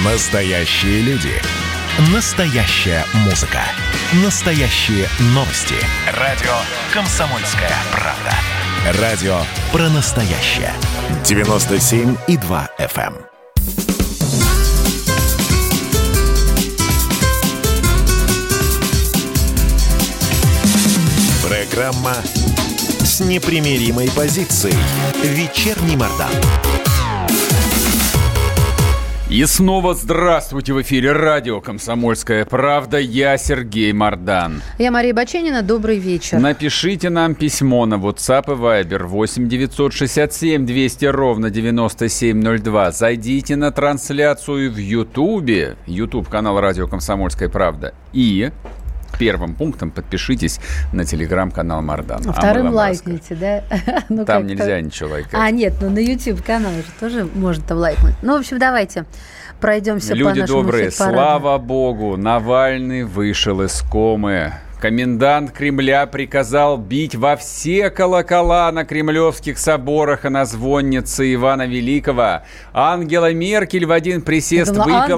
Настоящие люди. Настоящая музыка. Настоящие новости. Радио «Комсомольская правда». Радио про настоящее. 97,2 FM. Программа с непримиримой позицией. Вечерний Мардан. И снова здравствуйте, в эфире радио «Комсомольская правда». Я Сергей Мардан. Я Мария Баченина. Добрый вечер. Напишите нам письмо на WhatsApp и Viber 8 967 200 ровно 9702. Зайдите на трансляцию в Ютубе, YouTube-канал радио «Комсомольская правда». И первым пунктом подпишитесь на телеграм-канал Мардан. А вторым лайкните, да? Ну, там нельзя ничего лайкать. А, нет, ну на YouTube-канал же тоже можно там лайкнуть. Ну, в общем, давайте пройдемся по нашему Люди добрые, слава богу, Навальный вышел из комы. Комендант Кремля приказал бить во все колокола на кремлевских соборах и на звоннице Ивана Великого. Ангела Меркель в один присест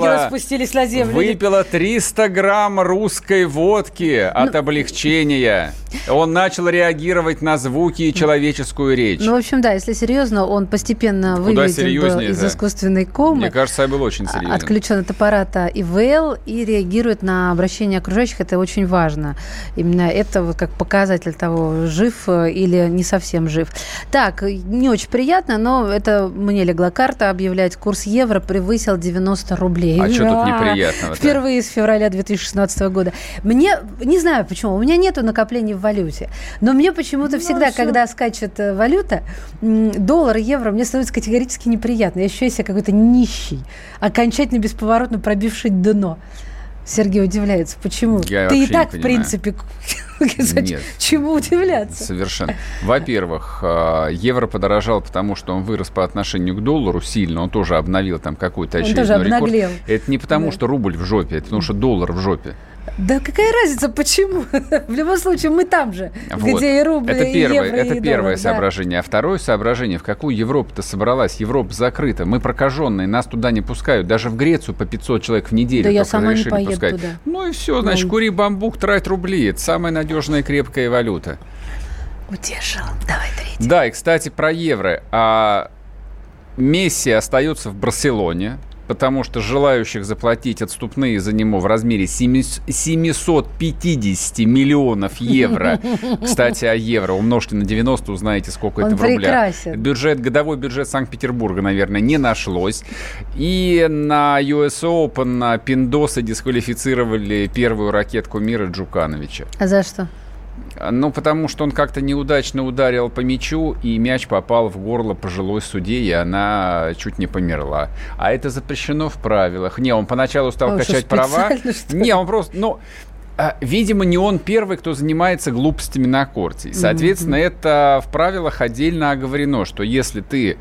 выпила 300 грамм русской водки от облегчения. Он начал реагировать на звуки и человеческую речь. Ну, в общем, да, если серьезно, он постепенно выведен из искусственной комы. Мне кажется, я был очень серьезен. Отключен от аппарата ИВЛ и реагирует на обращение окружающих. Это очень важно. Именно это вот как показатель того, жив или не совсем жив. Так, не очень приятно, но это мне легла карта объявлять. Курс евро превысил 90 рублей. А что тут неприятного? Впервые с февраля 2016 года. Мне, не знаю почему, у меня нету накоплений в валюте, но мне почему-то всегда, когда скачет валюта, доллар, евро, мне становится категорически неприятно. Я ощущаю себя какой-то нищий, окончательно бесповоротно пробивший дно. Сергей удивляется. Почему? Ты и так, в принципе, нет, чему удивляться? Совершенно. Во-первых, евро подорожал, потому что он вырос по отношению к доллару сильно. Он тоже обновил там какой-то очередной рекорд. Это не потому, что рубль в жопе, это потому, что доллар в жопе. Да какая разница, почему? В любом случае, мы там же, вот. Где и рубль, это и евро, это и первое доллар, соображение. Да. А второе соображение, в какую Европу-то собралась? Европа закрыта. Мы прокаженные, нас туда не пускают. Даже в Грецию по 500 человек в неделю. Да я сама не поеду пускать. Туда. Ну и все, значит, кури бамбук, трать рубли. Это самая надежная и крепкая валюта. Утешил. Давай третий. Да, и, кстати, про евро. Месси остается в Барселоне, потому что желающих заплатить отступные за него в размере 750 миллионов евро. Кстати, о евро. Умножьте на 90, узнаете, сколько это в рублях. Годовой бюджет Санкт-Петербурга, наверное, не нашлось. И на US Open пиндосы дисквалифицировали первую ракетку мира Джукановича. А за что? Ну, потому что он как-то неудачно ударил по мячу, и мяч попал в горло пожилой судье, и она чуть не померла. А это запрещено в правилах. Не, он поначалу стал качать права. Не, он просто... видимо, не он первый, кто занимается глупостями на корте. Соответственно, это в правилах отдельно оговорено, что если ты...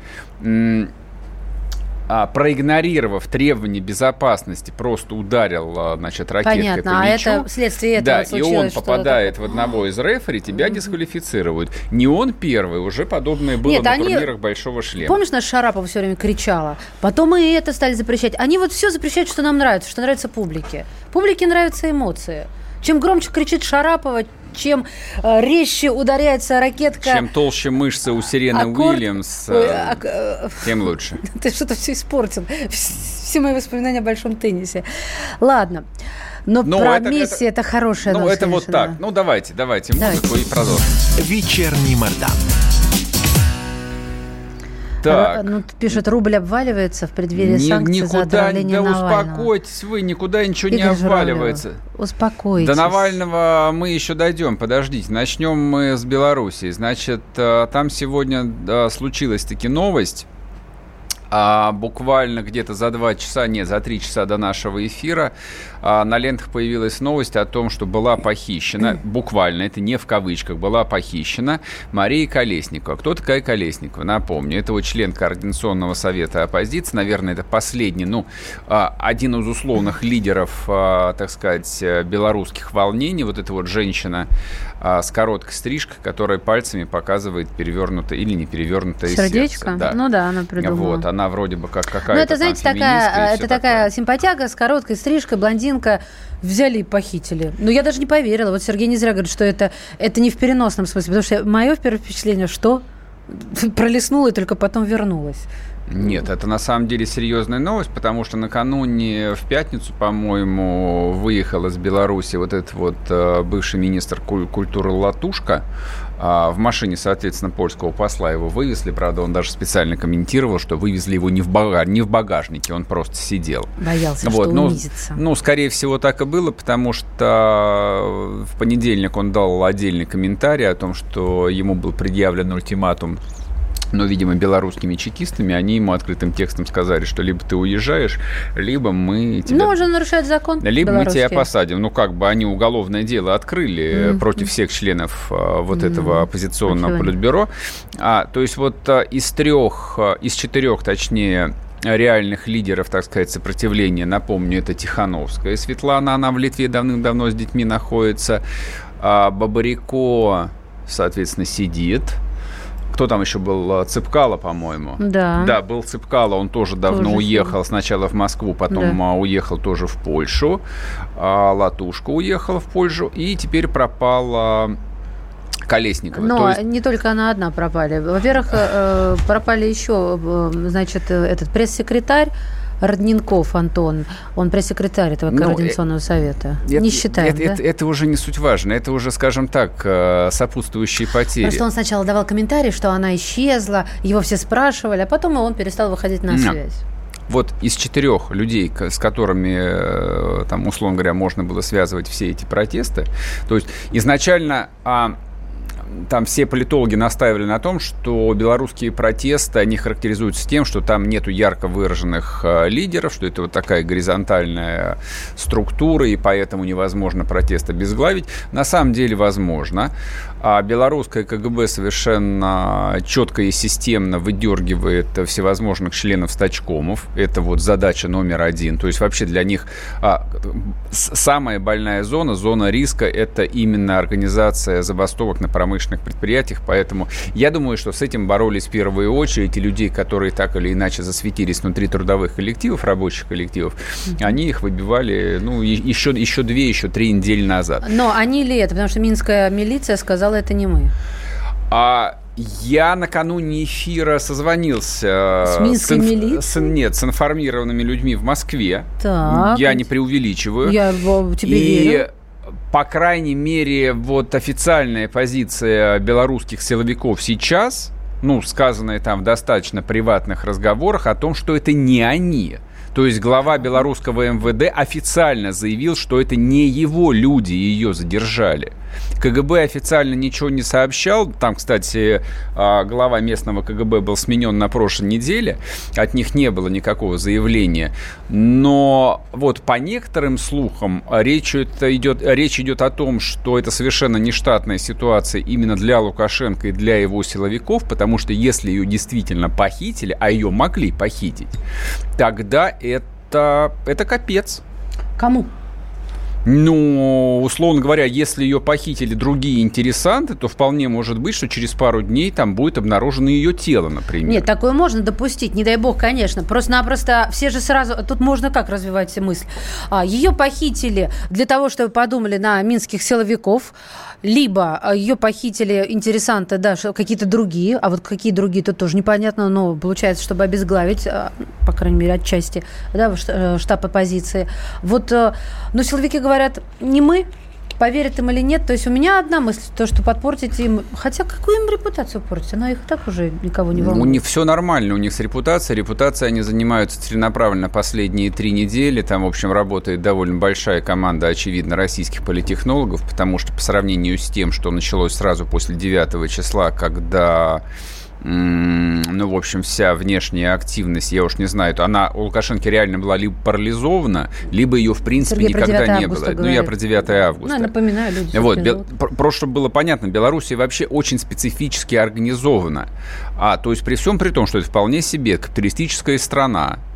проигнорировав требования безопасности, просто ударил, значит, ракеткой по мячу. А это вследствие этого случилось, и он попадает в одного из рефери, тебя дисквалифицируют. Не он первый, уже подобное было на турнирах Большого шлема. Помнишь, наша Шарапова все время кричала? Потом и это стали запрещать. Они вот все запрещают, что нам нравится, что нравится публике. Публике нравятся эмоции. Чем громче кричит Шарапова, чем резче ударяется ракетка... Чем толще мышцы у Сирены Уильямс, тем лучше. Ты что-то все испортил. Все мои воспоминания о большом теннисе. Ладно. Но про Месси это хорошая новость. Это вот так. Ну, давайте музыку и продолжим. Вечерний Мардан. Так. Пишет, рубль обваливается в преддверии санкций за отравление Навального. Успокойтесь вы, никуда ничего не обваливается. Успокойтесь. До Навального мы еще дойдем, подождите. Начнем мы с Белоруссии. Значит, там сегодня случилась таки новость. Буквально где-то за 3 часа до нашего эфира на лентах появилась новость о том, что была похищена, буквально, это не в кавычках, была похищена Мария Колесникова. Кто такая Колесникова? Напомню, это вот член Координационного совета оппозиции, наверное, это последний, один из условных лидеров, так сказать, белорусских волнений, вот эта вот женщина с короткой стрижкой, которая пальцами показывает перевернутое или не перевернутое сердце. Да. Ну да, она придумала. Вот, она она вроде бы как какая-то. Ну, это, знаете, такая симпатяга с короткой стрижкой, блондинка. Взяли и похитили. Но я даже не поверила. Вот Сергей не зря говорит, что это не в переносном смысле. Потому что мое первое впечатление, что пролистнула и только потом вернулась. Нет, это на самом деле серьезная новость, потому что накануне в пятницу, по-моему, выехал из Беларуси вот этот вот бывший министр культуры Латушка. В машине, соответственно, польского посла его вывезли. Правда, он даже специально комментировал, что вывезли его не в багажнике, он просто сидел. Боялся, вот, что унизится. Ну, скорее всего, так и было, потому что в понедельник он дал отдельный комментарий о том, что ему был предъявлен ультиматум. Но, видимо, белорусскими чекистами они ему открытым текстом сказали, что либо ты уезжаешь, либо мы тебя... Ну, он же нарушает закон. Либо мы тебя посадим. Ну, как бы они уголовное дело открыли против всех членов вот этого оппозиционного политбюро. То есть вот из 4, точнее, реальных лидеров, так сказать, сопротивления, напомню, это Тихановская Светлана, она в Литве давным-давно с детьми находится. Бабарико, соответственно, сидит. Кто там еще был? Цыпкало, по-моему. Да, был Цыпкало, он тоже давно уехал. Сначала в Москву, потом уехал тоже в Польшу. Латушка уехала в Польшу. И теперь пропала Колесникова. Но не только она одна пропали. Во-первых, пропали еще, значит, этот пресс-секретарь Родненков Антон, он пресс-секретарь этого Координационного совета. Не считаем, да? Это уже не суть важно, это уже, скажем так, сопутствующие потери. Просто он сначала давал комментарий, что она исчезла, его все спрашивали, а потом он перестал выходить на связь. Вот из 4 людей, с которыми, там, условно говоря, можно было связывать все эти протесты, то есть изначально... Там все политологи настаивали на том, что белорусские протесты, они характеризуются тем, что там нету ярко выраженных лидеров, что это вот такая горизонтальная структура, и поэтому невозможно протест обезглавить. На самом деле возможно. А белорусское КГБ совершенно четко и системно выдергивает всевозможных членов стачкомов. Это вот задача номер 1. То есть вообще для них самая больная зона риска, это именно организация забастовок на промышленных предприятиях. Поэтому я думаю, что с этим боролись в первую очередь. И людей, которые так или иначе засветились внутри трудовых коллективов, рабочих коллективов, они их выбивали еще 2, еще 3 недели назад. Но они ли это? Потому что минская милиция сказала, это не мы. Я накануне эфира созвонился с минской милицией? С информированными людьми в Москве. Так. Я не преувеличиваю. Я тебе верю. По крайней мере, вот официальная позиция белорусских силовиков сейчас, сказанная там в достаточно приватных разговорах, о том, что это не они. То есть глава белорусского МВД официально заявил, что это не его люди ее задержали. КГБ официально ничего не сообщал. Там, кстати, глава местного КГБ был сменен на прошлой неделе. От них не было никакого заявления. Но вот по некоторым слухам речь идет о том, что это совершенно нештатная ситуация именно для Лукашенко и для его силовиков, потому что если ее действительно похитили, а ее могли похитить, тогда это капец. Кому? Условно говоря, если ее похитили другие интересанты, то вполне может быть, что через пару дней там будет обнаружено ее тело, например. Нет, такое можно допустить, не дай бог, конечно. Просто-напросто все же сразу... Тут можно как развивать мысль? Ее похитили для того, чтобы подумали на минских силовиков, либо ее похитили интересанты, да, какие-то другие, а вот какие другие, тут тоже непонятно, но получается, чтобы обезглавить, по крайней мере, отчасти, да, штаб оппозиции. Вот, но силовики говорят, не мы, поверят им или нет. То есть у меня одна мысль, то, что подпортить им... Хотя какую им репутацию портить? Она их так уже никого не волнует. У них все нормально, у них с репутацией. Репутацией они занимаются целенаправленно последние 3 недели. Там, в общем, работает довольно большая команда, очевидно, российских политтехнологов, потому что по сравнению с тем, что началось сразу после 9 числа, когда... в общем, вся внешняя активность, я уж не знаю, она у Лукашенко реально была либо парализована, либо ее, в принципе, Сергей никогда не было. Говорит. Я про 9 августа. Напоминаю, люди. Вот, просто чтобы было понятно, Белоруссия вообще очень специфически организована. То есть при всем при том, что это вполне себе капиталистическая страна,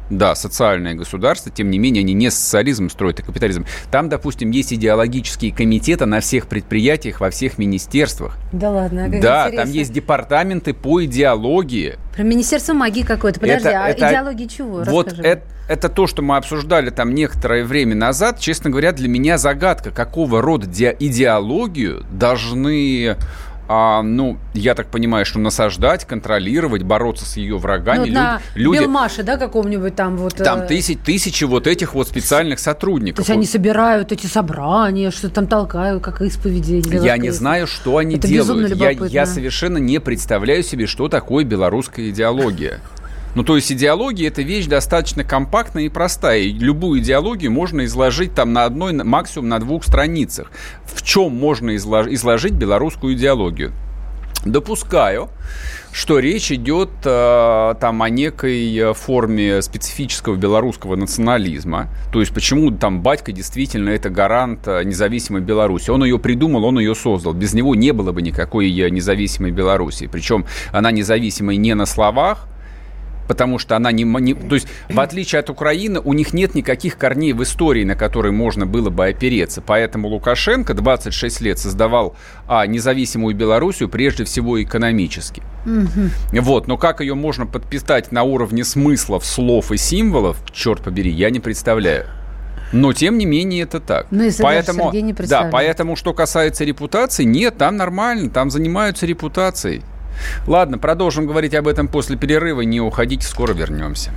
Да, социальное государство, тем не менее, они не социализм строят, а капитализм. Там, допустим, есть идеологические комитеты на всех предприятиях, во всех министерствах. Да ладно, как да, интересно. там есть департаменты по идеологии. Про Министерство магии какое-то. Подожди, идеологии чего? Вот это то, что мы обсуждали там некоторое время назад. Честно говоря, для меня загадка, какого рода идеологию должны... я так понимаю, что насаждать, контролировать, бороться с ее врагами. На Белмаше, да, каком-нибудь там вот... Там тысячи вот этих вот специальных сотрудников. То есть они собирают эти собрания, что-то там толкают, как исповеди. Я не знаю, что они делают. Я совершенно не представляю себе, что такое белорусская идеология. То есть идеология – это вещь достаточно компактная и простая. И любую идеологию можно изложить там на одной, максимум на 2 страницах. В чем можно изложить белорусскую идеологию? Допускаю, что речь идет там о некой форме специфического белорусского национализма. То есть почему там батька действительно это гарант независимой Беларуси. Он ее придумал, он ее создал. Без него не было бы никакой независимой Беларуси. Причем она независимой не на словах, потому что она то есть, в отличие от Украины, у них нет никаких корней в истории, на которые можно было бы опереться. Поэтому Лукашенко 26 лет создавал независимую Белоруссию прежде всего экономически. Но как ее можно подписать на уровне смыслов, слов и символов, черт побери, я не представляю. Но, тем не менее, это так. Поэтому, что касается репутации, нет, там нормально, там занимаются репутацией. Ладно, продолжим говорить об этом после перерыва. Не уходите, скоро вернемся.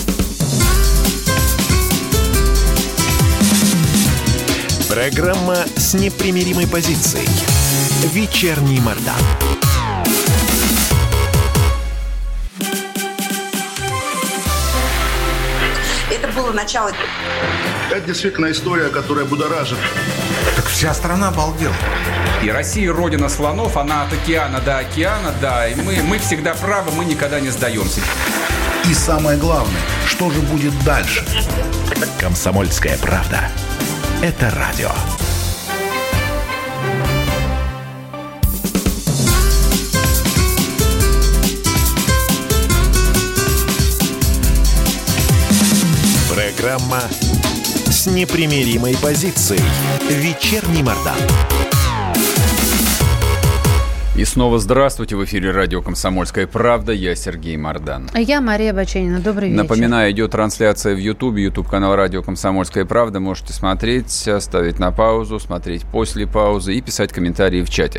Программа с непримиримой позицией. Вечерний Мардан. Это было начало. Это действительно история, которая будоражит. Так вся страна обалдела. И Россия родина слонов, она от океана до океана, да. И мы всегда правы, мы никогда не сдаемся. И самое главное, что же будет дальше? Комсомольская правда. Это радио. Программа с непримиримой позицией. Вечерний Мардан. И снова здравствуйте. В эфире радио «Комсомольская правда». Я Сергей Мардан. А я Мария Баченина. Добрый вечер. Напоминаю, идет трансляция в Ютубе. Ютуб-канал радио «Комсомольская правда». Можете смотреть, ставить на паузу, смотреть после паузы и писать комментарии в чате.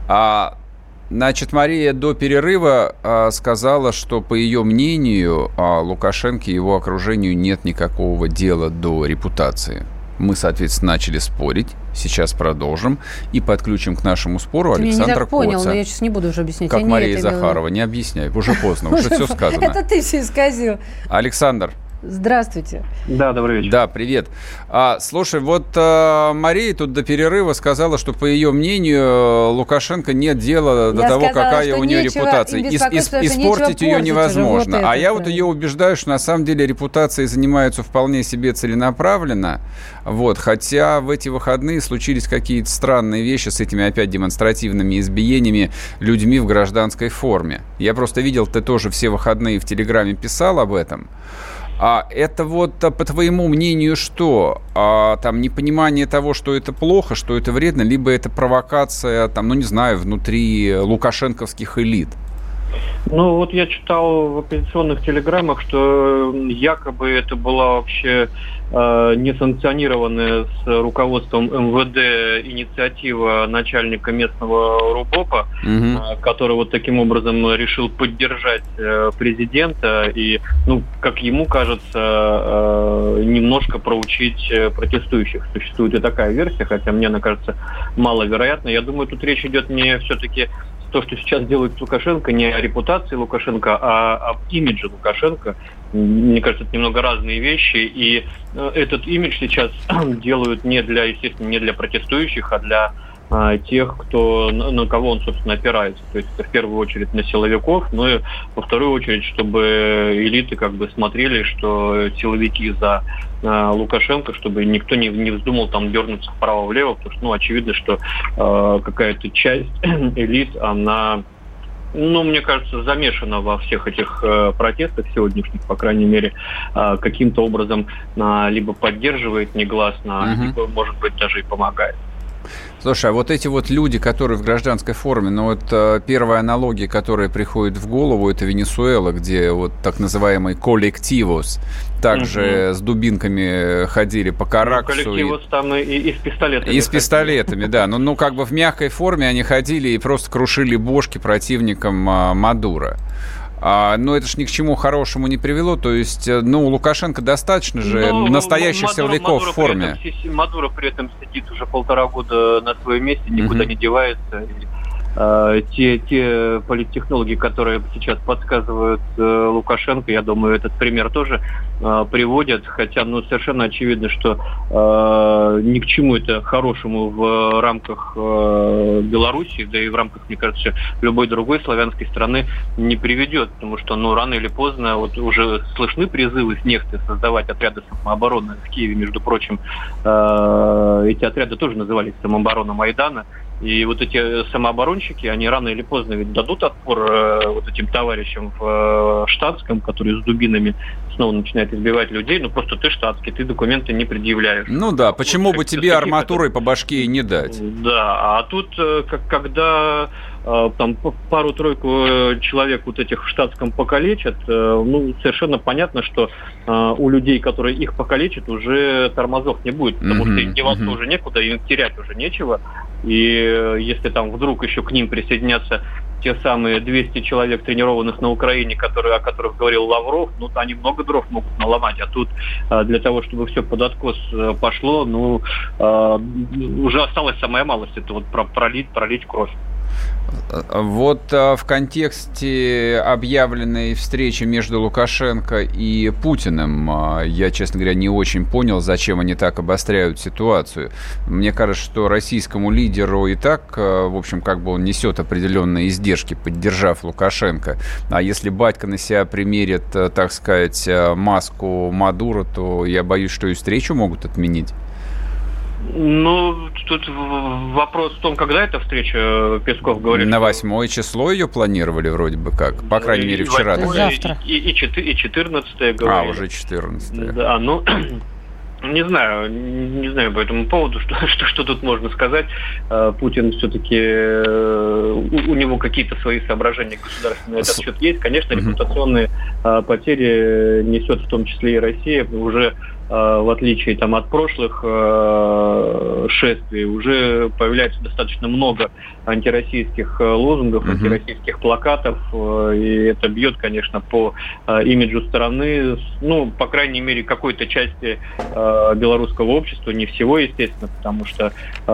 Значит, Мария до перерыва сказала, что, по ее мнению, Лукашенко и его окружению нет никакого дела до репутации. Мы, соответственно, начали спорить. Сейчас продолжим и подключим к нашему спору Александра Коца. Ты меня не так понял, но я сейчас не буду уже объяснять. Как Мария Захарова. Не объясняй, уже поздно, уже все сказано. Это ты все исказил. Александр. Здравствуйте. Да, добрый вечер. Да, привет. Слушай, вот Мария тут до перерыва сказала, что, по ее мнению, Лукашенко нет дела до того, какая у нее репутация. Испортить ее невозможно. Вот я вот ее убеждаю, что на самом деле репутацией занимаются вполне себе целенаправленно. Хотя в эти выходные случились какие-то странные вещи с этими опять демонстративными избиениями людьми в гражданской форме. Я просто видел, ты тоже все выходные в Телеграме писал об этом. Это по твоему мнению, что? Там непонимание того, что это плохо, что это вредно, либо это провокация, внутри лукашенковских элит? Я читал в оппозиционных телеграммах, что якобы это была вообще несанкционированная с руководством МВД инициатива начальника местного РУБОПа, который таким образом решил поддержать президента и, как ему кажется, немножко проучить протестующих. Существует и такая версия, хотя мне она кажется маловероятной. Я думаю, тут речь идет не все-таки то, что сейчас делает Лукашенко, не о репутации Лукашенко, а об имидже Лукашенко. Мне кажется, это немного разные вещи. И этот имидж сейчас делают естественно, не для протестующих, а для тех, на кого он, собственно, опирается. То есть это в первую очередь на силовиков, но и во вторую очередь, чтобы элиты смотрели, что силовики за Лукашенко, чтобы никто не вздумал там дернуться вправо-влево, потому что, очевидно, что какая-то часть элит, она мне кажется, замешана во всех этих протестах сегодняшних, по крайней мере, каким-то образом либо поддерживает негласно, либо, может быть, даже и помогает. Слушай, а вот эти вот люди, которые в гражданской форме, первая аналогия, которая приходит в голову, это Венесуэла, где вот так называемый коллективус, также с дубинками ходили по Караксу. Коллективус там и с пистолетами. И с пистолетами, да. Как бы в мягкой форме они ходили и просто крушили бошки противникам Мадуро. Но это ж ни к чему хорошему не привело. То есть, у Лукашенко достаточно же настоящих силовиков в форме. Мадуро при этом сидит уже 1,5 года на своем месте, никуда не девается. Те политтехнологи, которые сейчас подсказывают Лукашенко, я думаю, этот пример тоже приводят, хотя совершенно очевидно, что ни к чему это хорошему в рамках Беларуси, да и в рамках, мне кажется, любой другой славянской страны не приведет, потому что рано или поздно уже слышны призывы с нефти создавать отряды самообороны в Киеве, между прочим, эти отряды тоже назывались самооборона Майдана. И вот эти самооборонщики, они рано или поздно ведь дадут отпор этим товарищам в штатском, которые с дубинами снова начинают избивать людей. Просто ты штатский, ты документы не предъявляешь. Почему бы тебе арматурой по башке и не дать? Да, а тут, когда пару-тройку человек этих в штатском покалечат, совершенно понятно, что у людей, которые их покалечат, уже тормозов не будет, потому что деваться уже некуда, им терять уже нечего. И если вдруг еще к ним присоединятся те самые 200 человек, тренированных на Украине, о которых говорил Лавров, они много дров могут наломать. А тут для того, чтобы все под откос пошло, уже осталась самая малость. Это пролить кровь. В контексте объявленной встречи между Лукашенко и Путиным я, честно говоря, не очень понял, зачем они так обостряют ситуацию. Мне кажется, что российскому лидеру и так, в общем, он несет определенные издержки, поддержав Лукашенко. А если батька на себя примерит, так сказать, маску Мадуро, то я боюсь, что и встречу могут отменить. Тут вопрос в том, когда эта встреча, Песков говорит... На 8 число ее планировали вроде бы как, по крайней мере, вчера. Завтра. И 14-е говорили. Уже 14-е. Да, не знаю по этому поводу, что тут можно сказать. Путин все-таки, у него какие-то свои соображения государственные на этот счет есть. Конечно, репутационные потери несет в том числе и Россия. Уже в отличие от прошлых шествий, уже появляется достаточно много антироссийских лозунгов, антироссийских плакатов, и это бьет, конечно, по имиджу страны, по крайней мере, какой-то части белорусского общества, не всего, естественно, потому что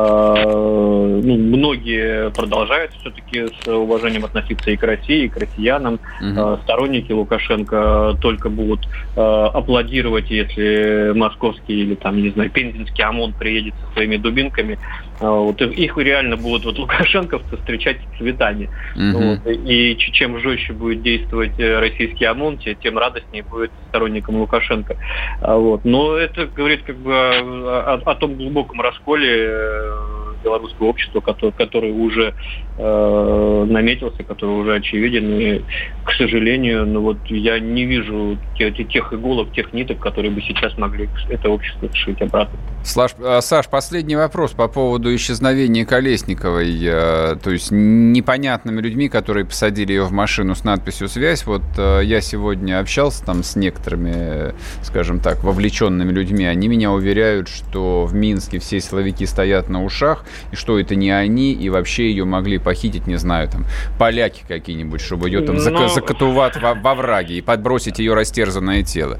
многие продолжают все-таки с уважением относиться и к России, и к россиянам. Сторонники Лукашенко только будут аплодировать, если московский или пензенский ОМОН приедет со своими дубинками. Их реально будут лукашенковцы встречать с цветами. И чем жестче будет действовать российский ОМОН, тем радостнее будет сторонникам Лукашенко. Но это говорит о том глубоком расколе белорусского общества, который уже наметился, который уже очевиден. И, к сожалению, я не вижу тех иголок, тех ниток, которые бы сейчас могли это общество сшить обратно. Саш, последний вопрос по поводу исчезновения Колесниковой, то есть непонятными людьми, которые посадили ее в машину с надписью «Связь». Я сегодня общался с некоторыми, скажем так, вовлеченными людьми. Они меня уверяют, что в Минске все силовики стоят на ушах, и что это не они, и вообще ее могли похитить, не знаю, поляки какие-нибудь, чтобы ее закатувать во враге и подбросить ее растерзанное тело.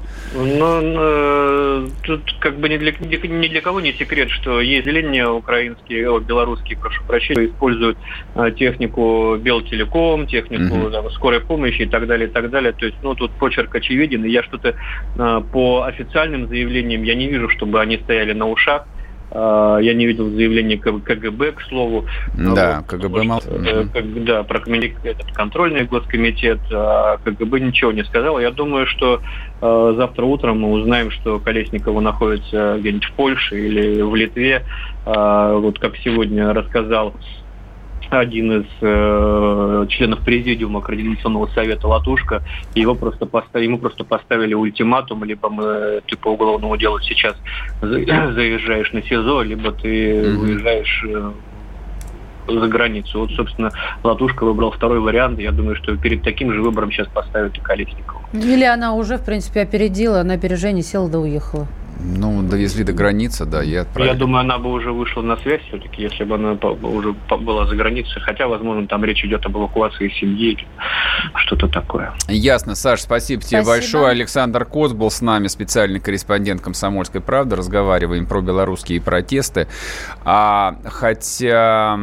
Тут ни для кого не секрет, что есть отделения белорусские, прошу прощения, используют технику Белтелеком, технику скорой помощи и так далее, и так далее. То есть, тут почерк очевиден, и я что-то по официальным заявлениям я не вижу, чтобы они стояли на ушах. Я не видел заявления КГБ, к слову. Да, КГБ Да, этот контрольный госкомитет, КГБ ничего не сказал. Я думаю, что завтра утром мы узнаем, что Колесникова находится где-нибудь в Польше или в Литве. Как сегодня рассказал один из членов президиума Координационного совета Латушко, ему просто поставили ультиматум: либо мы, ты по уголовному делу сейчас заезжаешь на СИЗО, либо ты уезжаешь за границу. Вот, собственно, Латушко выбрал второй вариант. Я думаю, что перед таким же выбором сейчас поставят и Колесникову. Или она уже, в принципе, опередила, на опережение села да уехала. Ну, довезли до границы, да, и отправили. Я думаю, она бы уже вышла на связь все-таки, если бы она уже была за границей. Хотя, возможно, там речь идет об эвакуации семьи, что-то такое. Ясно. Саш, спасибо тебе большое. Александр Коц был с нами, специальный корреспондент «Комсомольской правды». Разговариваем про белорусские протесты. Хотя...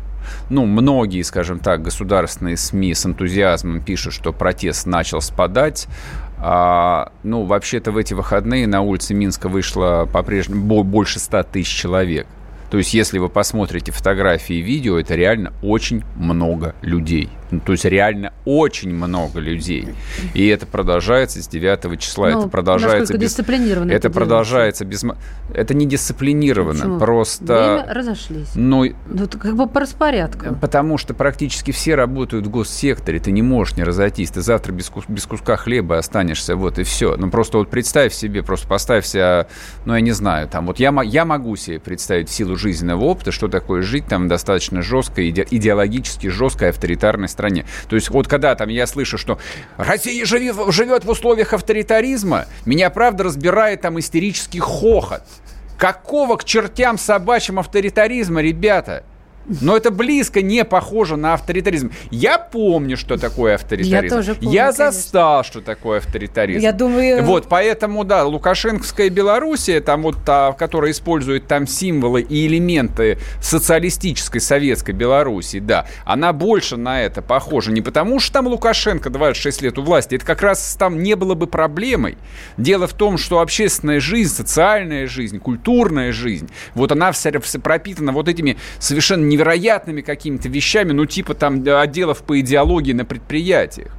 многие, скажем так, государственные СМИ с энтузиазмом пишут, что протест начал спадать. Вообще-то в эти выходные на улице Минска вышло по-прежнему больше 100 тысяч человек. То есть, если вы посмотрите фотографии и видео, это реально очень много людей. То есть, реально очень много людей. И это продолжается с 9 числа. Это продолжается дисциплинированно. Это продолжается без... Это не дисциплинированно. Почему? Просто... Время разошлись. Как бы по распорядку. Потому что практически все работают в госсекторе. Ты не можешь не разойтись. Ты завтра без куска хлеба останешься. Вот и все. Просто вот представь себе, просто поставь себя... я не знаю. Я могу себе представить в силу жизненного опыта, что такое жить там в достаточно жесткой, идеологически жесткой авторитарной стране. То есть вот когда я слышу, что Россия живет в условиях авторитаризма, меня правда разбирает истерический хохот. Какого к чертям собачьим авторитаризма, ребята? Но это близко не похоже на авторитаризм. Я помню, что такое авторитаризм. Я тоже помню, Я застал, что такое авторитаризм. Я думаю... Поэтому, Лукашенковская Белоруссия, которая использует символы и элементы социалистической советской Белоруссии, она больше на это похожа. Не потому, что Лукашенко 26 лет у власти, это как раз не было бы проблемой. Дело в том, что общественная жизнь, социальная жизнь, культурная жизнь, она вся пропитана этими совершенно невероятными какими-то вещами, отделов по идеологии на предприятиях.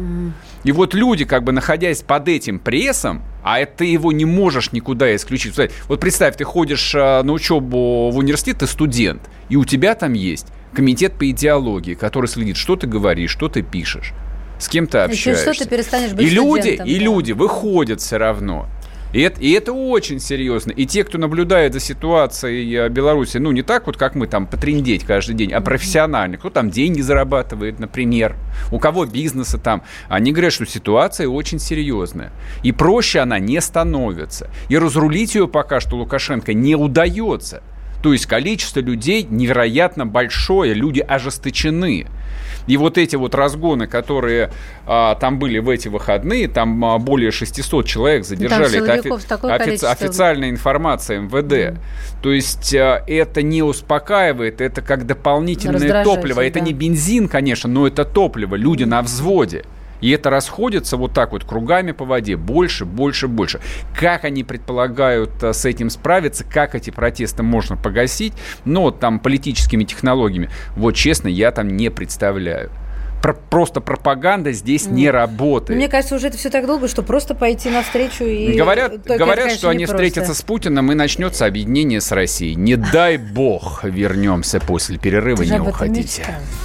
И люди, находясь под этим прессом, а ты его не можешь никуда исключить. Вот представь, ты ходишь на учебу в университет, ты студент, и у тебя там есть комитет по идеологии, который следит, что ты говоришь, что ты пишешь, с кем ты общаешься. Еще что ты перестанешь быть студентом. Люди выходят все равно. И это очень серьезно. И те, кто наблюдает за ситуацией Беларуси, не так как мы потрындеть каждый день, а профессионально. Кто деньги зарабатывает, например, у кого бизнесы они говорят, что ситуация очень серьезная. И проще она не становится. И разрулить ее пока что Лукашенко не удается. То есть количество людей невероятно большое, люди ожесточены. И эти разгоны, которые там были в эти выходные, там более 600 человек задержали. Это официальная информация МВД. То есть это не успокаивает, это как дополнительное топливо. Это не бензин, конечно, но это топливо. Люди на взводе. И это расходится кругами по воде, больше, больше, больше. Как они предполагают с этим справиться, как эти протесты можно погасить, политическими технологиями, честно, я не представляю. Просто пропаганда здесь не работает. Мне кажется, уже это все так долго, что просто пойти навстречу и... Говорят, что они встретятся с Путиным, и начнется объединение с Россией. Не дай бог вернемся после перерыва, не уходите.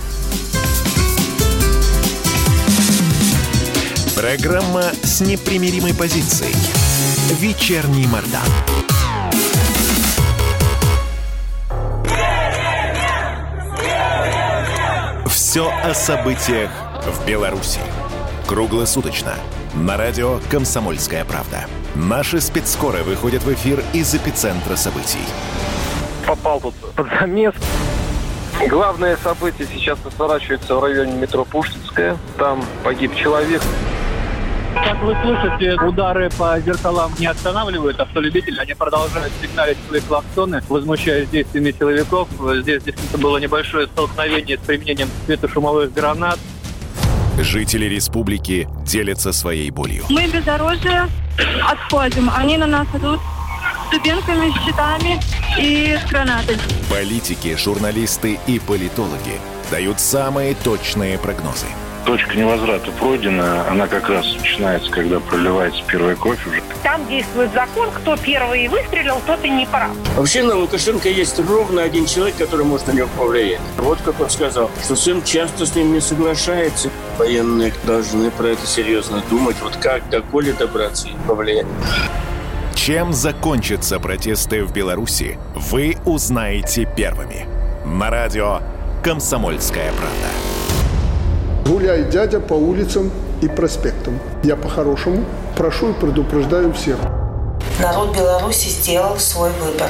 Программа с непримиримой позицией. Вечерний Мордан. Все о событиях в Беларуси. Круглосуточно. На радио «Комсомольская правда». Наши спецскоры выходят в эфир из эпицентра событий. Попал тут под замес. Главное событие сейчас разворачивается в районе метро Пушкинская. Там погиб человек. Как вы слышите, удары по зеркалам не останавливают автолюбителей. Они продолжают сигналить свои клаксоны, возмущаясь действиями силовиков. Здесь действительно было небольшое столкновение с применением светошумовых гранат. Жители республики делятся своей болью. Мы бездорожье отходим. Они на нас идут с дубинками, с щитами и с гранатами. Политики, журналисты и политологи дают самые точные прогнозы. точка невозврата пройдена. Она как раз начинается, когда проливается первая кровь уже. Там действует закон, кто первый выстрелил, тот и не прав. Вообще на Лукашенко есть ровно один человек, который может на него повлиять. Вот как он сказал, что сын часто с ним не соглашается. Военные должны про это серьезно думать. Вот как до Коли добраться и повлиять. Чем закончатся протесты в Беларуси, вы узнаете первыми. На радио «Комсомольская правда». Гуляй, дядя, по улицам и проспектам. Я по-хорошему прошу и предупреждаю всех. Народ Беларуси сделал свой выбор.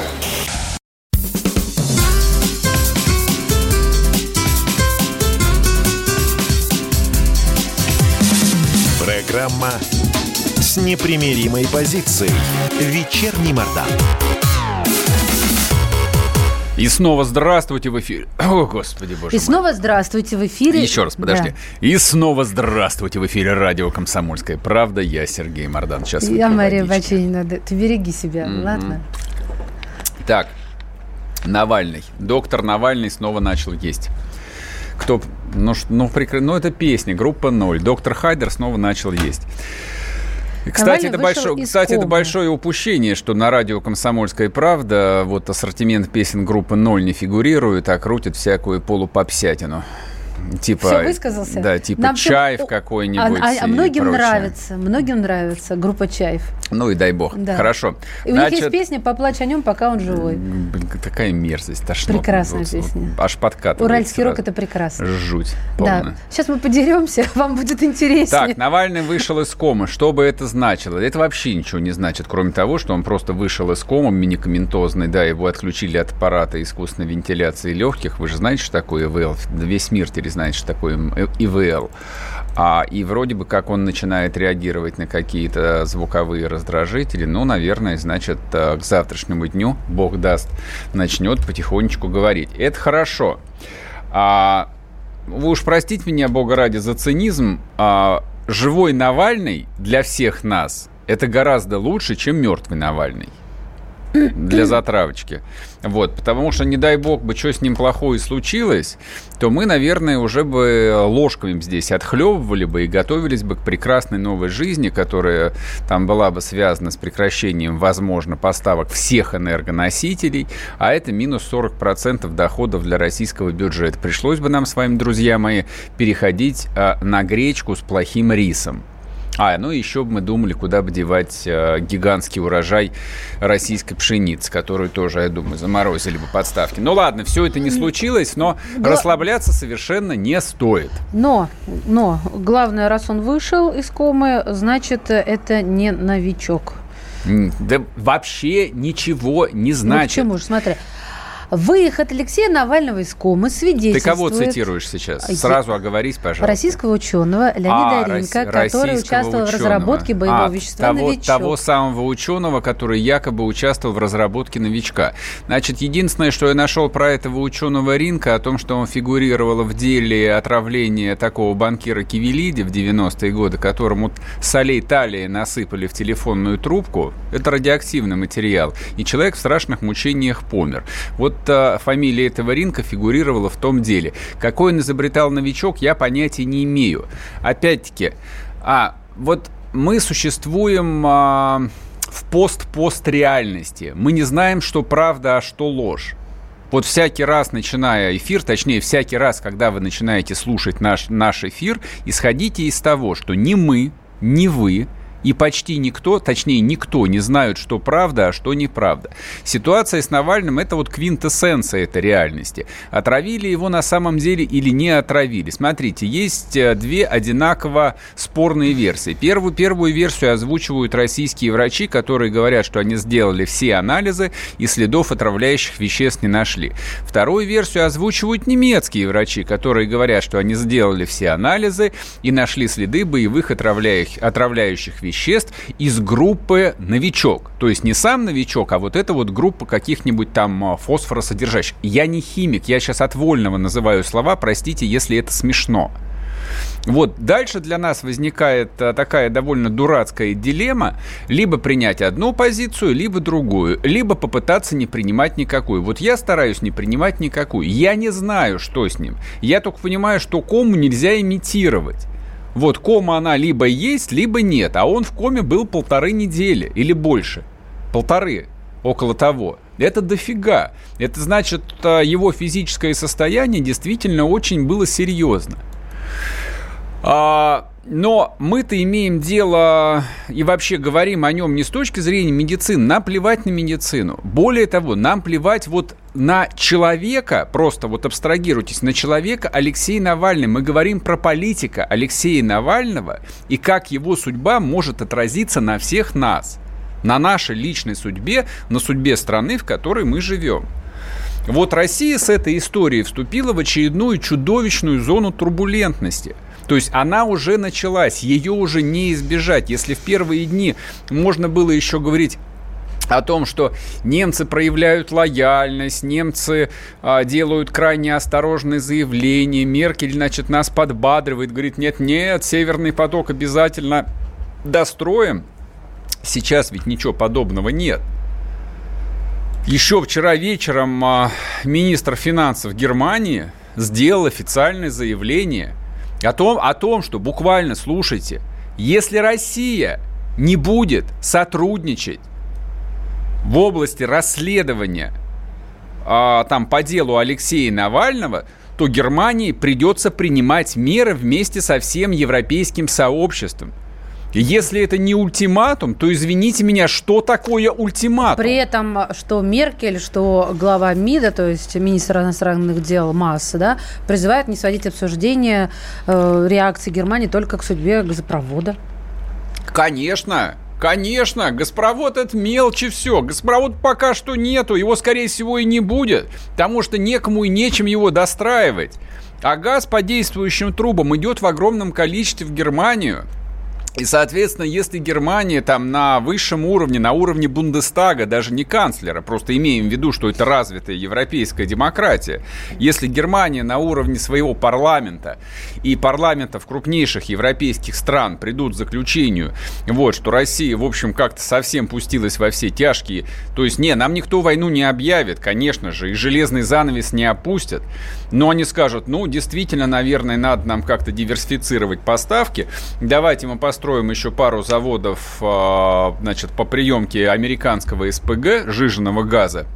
Программа с непримиримой позицией. Вечерний Мордан. И снова здравствуйте в эфире. О, Господи, боже мой. И снова здравствуйте в эфире. Еще раз, подожди. Да. И снова здравствуйте в эфире радио «Комсомольская правда». Я Сергей Мордан. Сейчас я Мария Баченина. Ты береги себя, ладно? Так, Навальный. Доктор Навальный снова начал есть. Кто? Ну, это песня, группа 0. Доктор Хайдер снова начал есть. Кстати, это большое упущение, что на радио «Комсомольская правда» вот ассортимент песен группы 0 не фигурирует, а крутит всякую полупопсятину. Типа, все высказался? Да, типа нам «Чайф» какой-нибудь многим нравится группа «Чайф». Ну и дай бог. Да. Хорошо. И у них есть песня «Поплачь о нем, пока он живой». Блин, какая мерзость. Прекрасная песня. Аж подкатывает. Уральский рок – это прекрасно. Жуть полная. Да. Сейчас мы подеремся, вам будет интереснее. Так, Навальный вышел из комы. Что бы это значило? Это вообще ничего не значит, кроме того, что он просто вышел из комы медикаментозной, да, его отключили от аппарата искусственной вентиляции легких. Вы же знаете, что такое ИВЛ? Весь мир теперь знает, что такое ИВЛ. И вроде бы как он начинает реагировать на какие-то звуковые раздражители, ну, наверное, значит, к завтрашнему дню, бог даст, начнет потихонечку говорить. Это хорошо. Вы уж простите меня, бога ради, за цинизм. Живой Навальный для всех нас – это гораздо лучше, чем мертвый Навальный. Для затравочки. Вот, потому что, не дай бог бы, что с ним плохое случилось, то мы, наверное, уже бы ложками здесь отхлебывали бы и готовились бы к прекрасной новой жизни, которая там была бы связана с прекращением, возможно, поставок всех энергоносителей, а это минус 40% доходов для российского бюджета. Пришлось бы нам с вами, друзья мои, переходить на гречку с плохим рисом. Ну еще бы мы думали, куда бы девать гигантский урожай российской пшеницы, которую тоже, я думаю, заморозили бы подставки. Ну ладно, все это не случилось, но расслабляться совершенно не стоит. Но главное, раз он вышел из комы, значит, это не новичок. Да вообще ничего не значит. Ну почему же, смотри. Выход Алексея Навального из комы свидетельствует... Ты кого цитируешь сейчас? Сразу оговорись, пожалуйста. Российского ученого Леонида Ринка, который участвовал в разработке боевого вещества «Новичок». Того самого ученого, который якобы участвовал в разработке «Новичка». Значит, единственное, что я нашел про этого ученого Ринка, о том, что он фигурировал в деле отравления такого банкира Кивелиди в 90-е годы, которому солей талии насыпали в телефонную трубку, это радиоактивный материал, и человек в страшных мучениях помер. Вот фамилия этого Ринка фигурировала в том деле. Какой он изобретал новичок, я понятия не имею. Опять-таки, вот мы существуем в пост-реальности. Мы не знаем, что правда, а что ложь. Вот всякий раз, начиная эфир, точнее, всякий раз, когда вы начинаете слушать наш эфир, исходите из того, что ни мы, ни вы и почти никто, точнее, никто не знают, что правда, а что неправда. Ситуация с Навальным – это вот квинтэссенция этой реальности. Отравили его на самом деле или не отравили? Смотрите, есть две одинаково спорные версии. Первую версию озвучивают российские врачи, которые говорят, что они сделали все анализы и следов отравляющих веществ не нашли. Вторую версию озвучивают немецкие врачи, которые говорят, что они сделали все анализы и нашли следы боевых отравляющих веществ из группы «Новичок». То есть не сам «Новичок», а вот эта вот группа каких-нибудь там фосфоросодержащих. Я не химик, я сейчас от вольного называю слова, простите, если это смешно. Вот, дальше для нас возникает такая довольно дурацкая дилемма: либо принять одну позицию, либо другую, либо попытаться не принимать никакую. Вот я стараюсь не принимать никакую. Я не знаю, что с ним. Я только понимаю, что кому нельзя имитировать. Вот кома она либо есть, либо нет. А он в коме был 1,5 недели или больше. 1,5, около того. Это дофига. Это значит, его физическое состояние действительно очень было серьезно. Но мы-то имеем дело и вообще говорим о нем не с точки зрения медицины. Нам плевать на медицину. Более того, нам плевать вот на человека, просто вот абстрагируйтесь, на человека Алексея Навального. Мы говорим про политика Алексея Навального и как его судьба может отразиться на всех нас. На нашей личной судьбе, на судьбе страны, в которой мы живем. Вот Россия с этой историей вступила в очередную чудовищную зону турбулентности. То есть она уже началась, ее уже не избежать. Если в первые дни можно было еще говорить о том, что немцы проявляют лояльность, немцы делают крайне осторожные заявления, Меркель, значит, нас подбадривает, говорит, нет, Северный поток обязательно достроим. Сейчас ведь ничего подобного нет. Еще вчера вечером министр финансов Германии сделал официальное заявление о том, что буквально, слушайте, если Россия не будет сотрудничать в области расследования по делу Алексея Навального, то Германии придется принимать меры вместе со всем европейским сообществом. Если это не ультиматум, то, извините меня, что такое ультиматум? При этом, что Меркель, что глава МИДа, то есть министр иностранных дел Масс, да, призывают не сводить обсуждение реакции Германии только к судьбе газопровода. Конечно, газопровод — это мелочи все. Газопровода пока что нету, его, скорее всего, и не будет, потому что некому и нечем его достраивать. А газ по действующим трубам идет в огромном количестве в Германию. И, соответственно, если Германия там на высшем уровне, на уровне Бундестага, даже не канцлера, просто имеем в виду, что это развитая европейская демократия, если Германия на уровне своего парламента и парламентов крупнейших европейских стран придут к заключению, вот, что Россия, в общем, как-то совсем пустилась во все тяжкие, то есть, нам никто войну не объявит, конечно же, и железный занавес не опустят, но они скажут, действительно, наверное, надо нам как-то диверсифицировать поставки, давайте мы построим еще пару заводов, по приемке американского СПГ, сжиженного газа.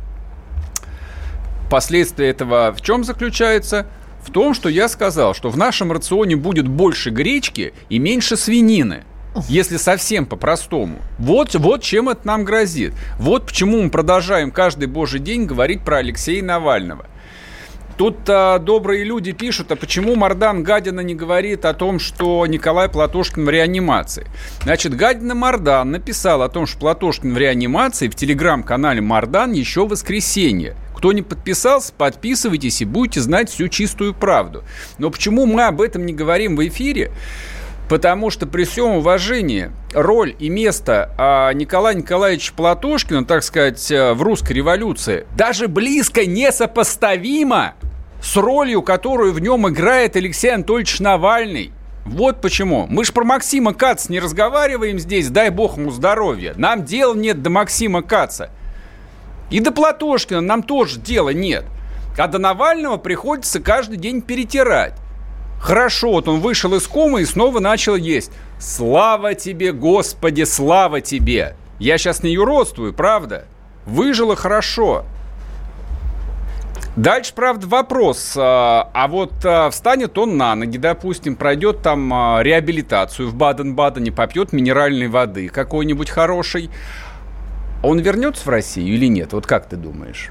Последствия этого в чем заключается? В том, что я сказал, что в нашем рационе будет больше гречки и меньше свинины. Если совсем по-простому. Вот чем это нам грозит. Вот почему мы продолжаем каждый божий день говорить про Алексея Навального. Тут добрые люди пишут, а почему Мардан Гадина не говорит о том, что Николай Платошкин в реанимации? Значит, Гадина Мардан написал о том, что Платошкин в реанимации в телеграм-канале Мардан еще в воскресенье. Кто не подписался, подписывайтесь и будете знать всю чистую правду. Но почему мы об этом не говорим в эфире? Потому что при всем уважении роль и место Николая Николаевича Платошкина, так сказать, в русской революции даже близко несопоставима с ролью, которую в нем играет Алексей Анатольевич Навальный. Вот почему. Мы ж про Максима Каца не разговариваем здесь, дай бог ему здоровья. Нам дела нет до Максима Каца. И до Платошкина нам тоже дела нет. А до Навального приходится каждый день перетирать. Хорошо, вот он вышел из комы и снова начал есть. Слава тебе, Господи, слава тебе. Я сейчас не юродствую, правда? Выжило хорошо. Дальше, правда, вопрос. Встанет он на ноги, допустим, пройдет там реабилитацию в Баден-Бадене, попьет минеральной воды какой-нибудь хорошей. Он вернется в Россию или нет? Вот как ты думаешь?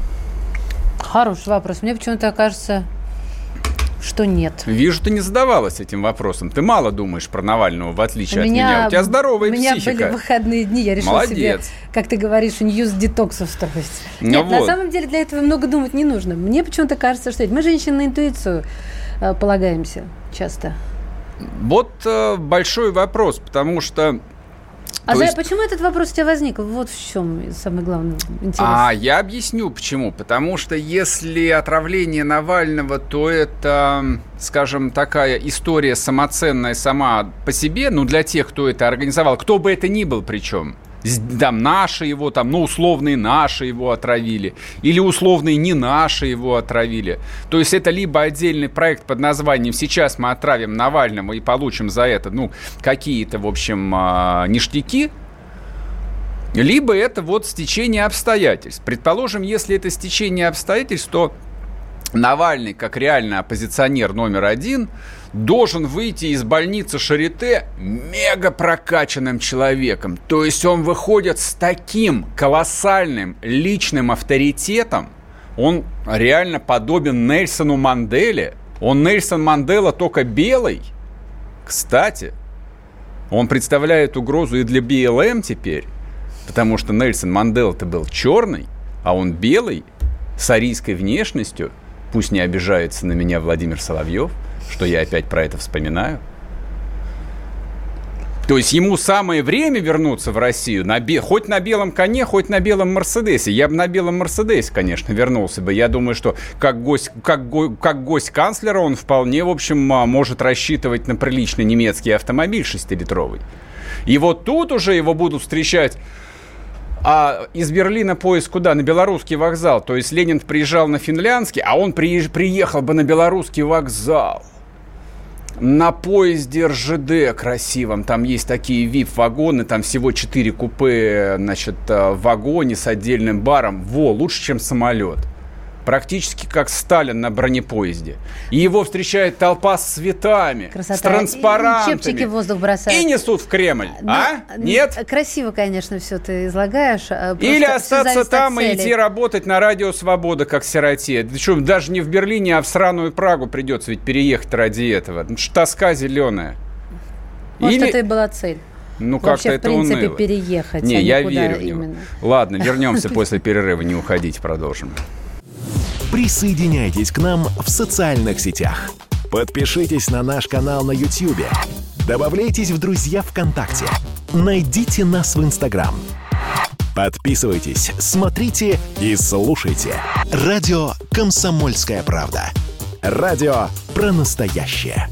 Хороший вопрос. Мне почему-то кажется, что нет. Вижу, ты не задавалась этим вопросом. Ты мало думаешь про Навального, в отличие от меня. У тебя здоровая психика. У меня были выходные дни, я решила себе, как ты говоришь, ньюс-детокс устроить. Нет, на самом деле для этого много думать не нужно. Мне почему-то кажется, что мы, женщины, на интуицию полагаемся часто. Вот большой вопрос, потому что Почему этот вопрос у тебя возник? Вот в чем самое главное интерес. Я объясню, почему. Потому что если отравление Навального, то это, скажем, такая история самоценная сама по себе, для тех, кто это организовал, кто бы это ни был причем. Там наши его, условные наши его отравили, или условные не наши его отравили. То есть это либо отдельный проект под названием «Сейчас мы отравим Навального и получим за это, какие-то, в общем, ништяки», либо это стечение обстоятельств. Предположим, если это стечение обстоятельств, то Навальный, как реально оппозиционер номер один, должен выйти из больницы Шарите мега прокачанным человеком. То есть он выходит с таким колоссальным личным авторитетом, он реально подобен Нельсону Манделе. Он Нельсон Мандела, только белый. Кстати, он представляет угрозу и для БЛМ теперь, потому что Нельсон Мандела-то был черный, а он белый, с арийской внешностью. Пусть не обижается на меня Владимир Соловьев, что я опять про это вспоминаю. То есть ему самое время вернуться в Россию, хоть на белом коне, хоть на белом Мерседесе. Я бы на белом Мерседесе, конечно, вернулся бы. Я думаю, что как гость канцлера он вполне, в общем, может рассчитывать на приличный немецкий автомобиль 6-литровый. И вот тут уже его будут встречать. А из Берлина поезд куда? На белорусский вокзал. То есть Ленин приезжал на финляндский, а он приехал бы на белорусский вокзал. На поезде РЖД красивом. Там есть такие VIP-вагоны, там всего 4 купе, в вагоне с отдельным баром. Лучше, чем самолет. Практически как Сталин на бронепоезде. И его встречает толпа с цветами, с транспарантами. И чепчики в воздух бросают. И несут в Кремль. Нет? Красиво, конечно, все ты излагаешь. Или остаться там и идти работать на Радио Свобода, как сироте. Причем даже не в Берлине, а в сраную Прагу придется ведь переехать ради этого. Тоска зеленая. Может, это и была цель. Как-то это уныло. В принципе, переехать. Не, я верю в него. Ладно, вернемся после перерыва, не уходите, продолжим. Присоединяйтесь к нам в социальных сетях. Подпишитесь на наш канал на YouTube. Добавляйтесь в друзья ВКонтакте. Найдите нас в Инстаграм. Подписывайтесь, смотрите и слушайте. Радио «Комсомольская правда». Радио про настоящее.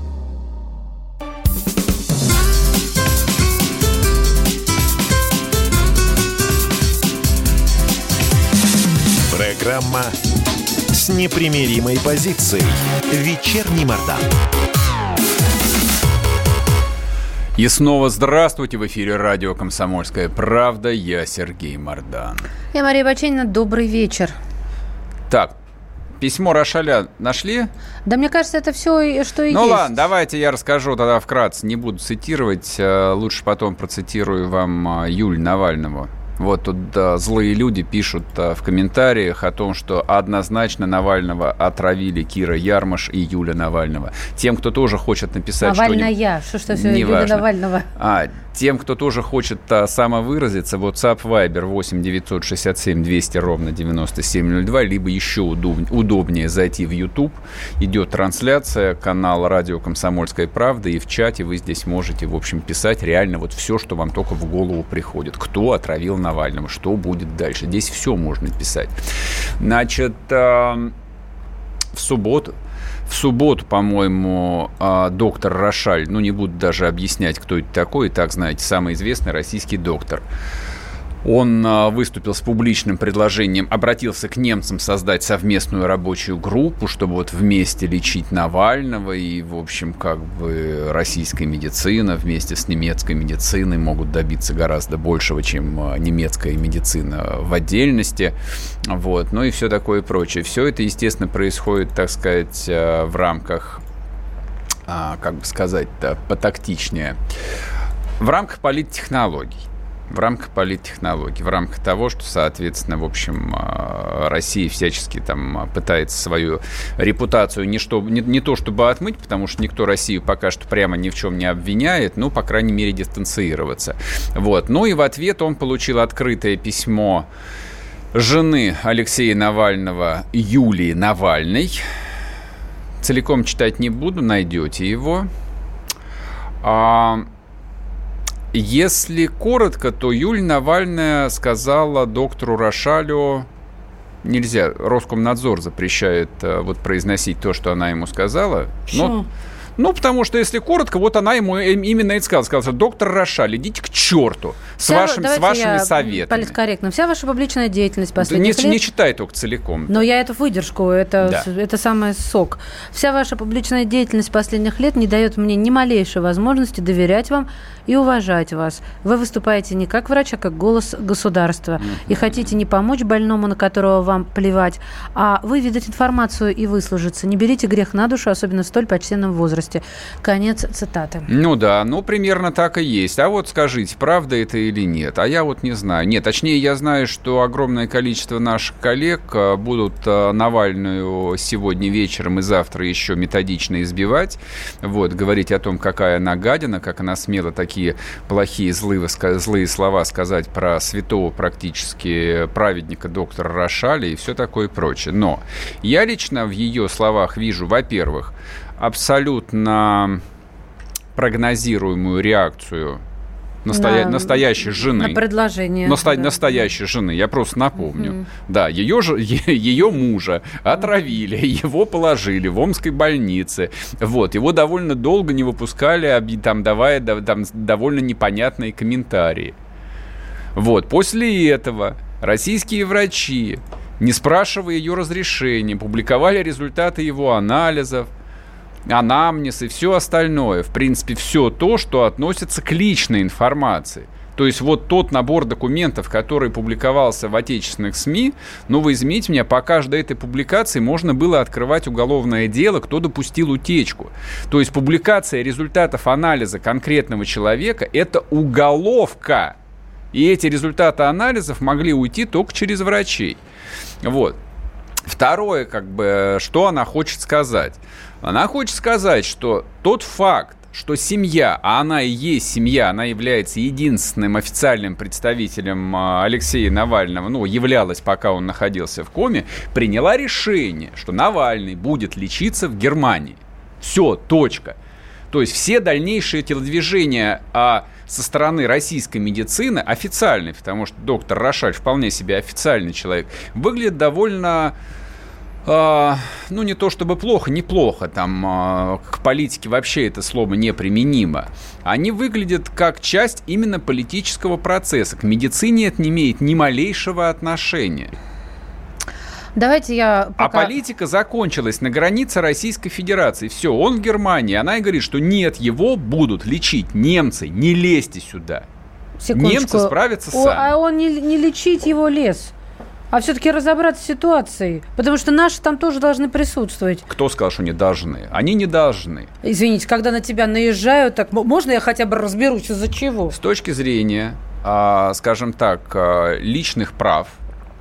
Программа с непримиримой позицией. Вечерний Мардан. И снова здравствуйте. В эфире радио «Комсомольская правда». Я Сергей Мардан. Я Мария Баченина. Добрый вечер. Так, письмо Рошаля нашли? Да, мне кажется, это все, что и есть. Ладно, давайте я расскажу тогда вкратце. Не буду цитировать. Лучше потом процитирую вам Юлию Навального. Вот тут злые люди пишут в комментариях о том, что однозначно Навального отравили Кира Ярмаш и Юля Навального. Тем, кто тоже хочет написать Навальная, что все Юля Навального. Тем, кто тоже хочет самовыразиться, WhatsApp, Viber 8 967 200 ровно 9702, либо еще удобнее зайти в YouTube. Идет трансляция, канал радио «Комсомольская правда», и в чате вы здесь можете, в общем, писать реально все, что вам только в голову приходит. Кто отравил Навального, что будет дальше. Здесь все можно писать. Значит, в субботу, по-моему, доктор Рошаль, не буду даже объяснять, кто это такой, и так знаете, самый известный российский доктор. Он выступил с публичным предложением, обратился к немцам создать совместную рабочую группу, чтобы вместе лечить Навального. И, в общем, российская медицина вместе с немецкой медициной могут добиться гораздо большего, чем немецкая медицина в отдельности. И все такое прочее. Все это, естественно, происходит, так сказать, в рамках, потактичнее, в рамках политтехнологий. В рамках того, что, соответственно, в общем, Россия всячески пытается свою репутацию не то чтобы отмыть, потому что никто Россию пока что прямо ни в чем не обвиняет, но, по крайней мере, дистанцироваться. И в ответ он получил открытое письмо жены Алексея Навального, Юлии Навальной. Целиком читать не буду, найдете его. Если коротко, то Юлия Навальная сказала доктору Рошалю... Нельзя, Роскомнадзор запрещает произносить то, что она ему сказала. Почему? Ну, потому что, если коротко, вот она ему именно и сказала. Сказала, что доктор Рошаль, идите к черту с вашими советами. Политкорректно. Вся ваша публичная деятельность последних лет... Не читай только целиком. Но я эту выдержку, это самый сок. Вся ваша публичная деятельность последних лет не дает мне ни малейшей возможности доверять вам и уважать вас. Вы выступаете не как врач, а как голос государства. И хотите не помочь больному, на которого вам плевать, а выведать информацию и выслужиться. Не берите грех на душу, особенно в столь почтенном возрасте. Конец цитаты. Ну да, примерно так и есть. А вот скажите, правда это или нет? А я вот не знаю. Нет, точнее, я знаю, что огромное количество наших коллег будут Навальную сегодня вечером и завтра еще методично избивать. Говорить о том, какая она гадина, как она смела такие плохие, злые слова сказать про святого практически праведника доктора Рошаля и все такое прочее. Но я лично в ее словах вижу, во-первых, абсолютно прогнозируемую реакцию настоящей жены. На предложение. Настоящей жены, я просто напомню. Да, ее мужа отравили, его положили в Омской больнице. Его довольно долго не выпускали, давая довольно непонятные комментарии. После этого российские врачи, не спрашивая ее разрешения, публиковали результаты его анализов, анамнез и все остальное. В принципе, все то, что относится к личной информации. То есть тот набор документов, который публиковался в отечественных СМИ, вы извините меня, по каждой этой публикации можно было открывать уголовное дело, кто допустил утечку. То есть публикация результатов анализа конкретного человека – это уголовка. И эти результаты анализов могли уйти только через врачей. Второе, что она хочет сказать. Она хочет сказать, что тот факт, что семья, а она и есть семья, она является единственным официальным представителем Алексея Навального, являлась, пока он находился в коме, приняла решение, что Навальный будет лечиться в Германии. Все, точка. То есть все дальнейшие телодвижения со стороны российской медицины официальные, потому что доктор Рошаль вполне себе официальный человек, выглядят довольно... не то чтобы плохо, неплохо, к политике вообще это слово неприменимо. Они выглядят как часть именно политического процесса. К медицине это не имеет ни малейшего отношения. Давайте я пока... А политика закончилась на границе Российской Федерации. Все, он в Германии. Она и говорит, что нет, его будут лечить немцы. Не лезьте сюда. Секундочку. Немцы справятся сами. А он не лечить его лез. А все-таки разобраться с ситуацией. Потому что наши там тоже должны присутствовать. Кто сказал, что не должны? Они не должны. Извините, когда на тебя наезжают, так можно я хотя бы разберусь, из-за чего? С точки зрения, скажем так, личных прав,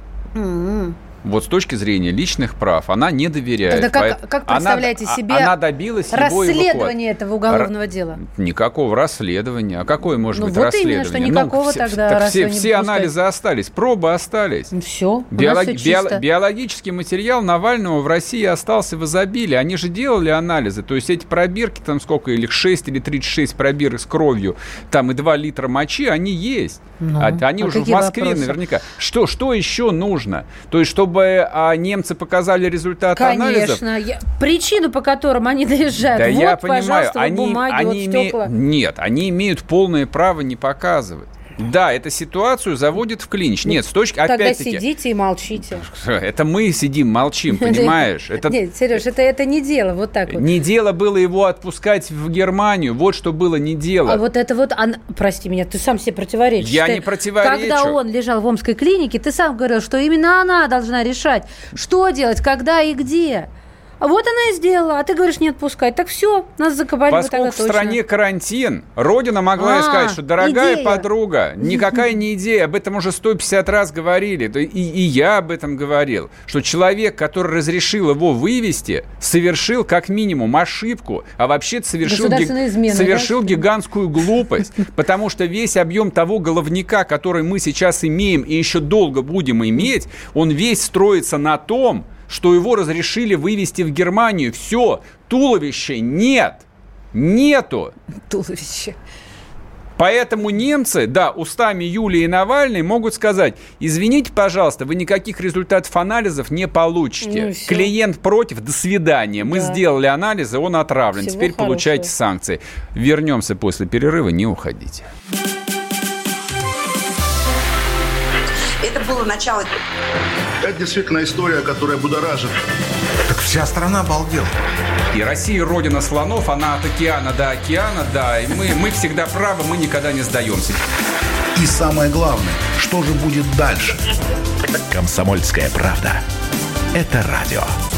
с точки зрения личных прав, она не доверяет. Тогда как представляете себе она добилась расследование этого уголовного дела? Никакого расследования. А какое может быть расследование? Именно, что никакого тогда расследования. Все анализы остались, пробы остались. Все, биологический материал Навального в России остался в изобилии. Они же делали анализы. То есть эти пробирки, сколько, или 6 или 36 пробирок с кровью, и 2 литра мочи, они есть. Они уже в Москве наверняка. Что еще нужно? То есть, чтобы немцы показали результаты анализов? Конечно. Причину, по которым они доезжают. Да, я понимаю. Пожалуйста, бумаги, стекла. Нет, они имеют полное право не показывать. Да, эта ситуацию заводит в клинч. Нет, с точки... Тогда опять-таки... сидите и молчите. Это мы сидим, молчим, понимаешь? Нет, Сереж, это не дело, вот так вот. Не дело было его отпускать в Германию, вот что было не дело. Прости меня, ты сам себе противоречишь. Я не противоречу. Когда он лежал в Омской клинике, ты сам говорил, что именно она должна решать, что делать, когда и где. А вот она и сделала, а ты говоришь не отпускать. Так все, нас закопали. Поскольку в стране карантин, Родина могла сказать, что, дорогая подруга, никакая не идея, об этом уже 150 раз говорили, и я об этом говорил, что человек, который разрешил его вывести, совершил как минимум ошибку, а вообще-то совершил гигантскую глупость, потому что весь объем того головняка, который мы сейчас имеем и еще долго будем иметь, он весь строится на том, что его разрешили вывести в Германию. Все, туловища нет. Нету. Туловище. Поэтому немцы, да, устами Юлии Навальной могут сказать: извините, пожалуйста, вы никаких результатов анализов не получите. Клиент против, до свидания. Мы сделали анализы, он отравлен. Всего Теперь хорошего. получайте санкции. Вернемся после перерыва, не уходите. Это было начало. Это действительно история, которая будоражит. Так вся страна обалдела. И Россия родина слонов, она от океана до океана, да. И мы всегда правы, мы никогда не сдаемся. И самое главное, что же будет дальше? «Комсомольская правда». Это радио.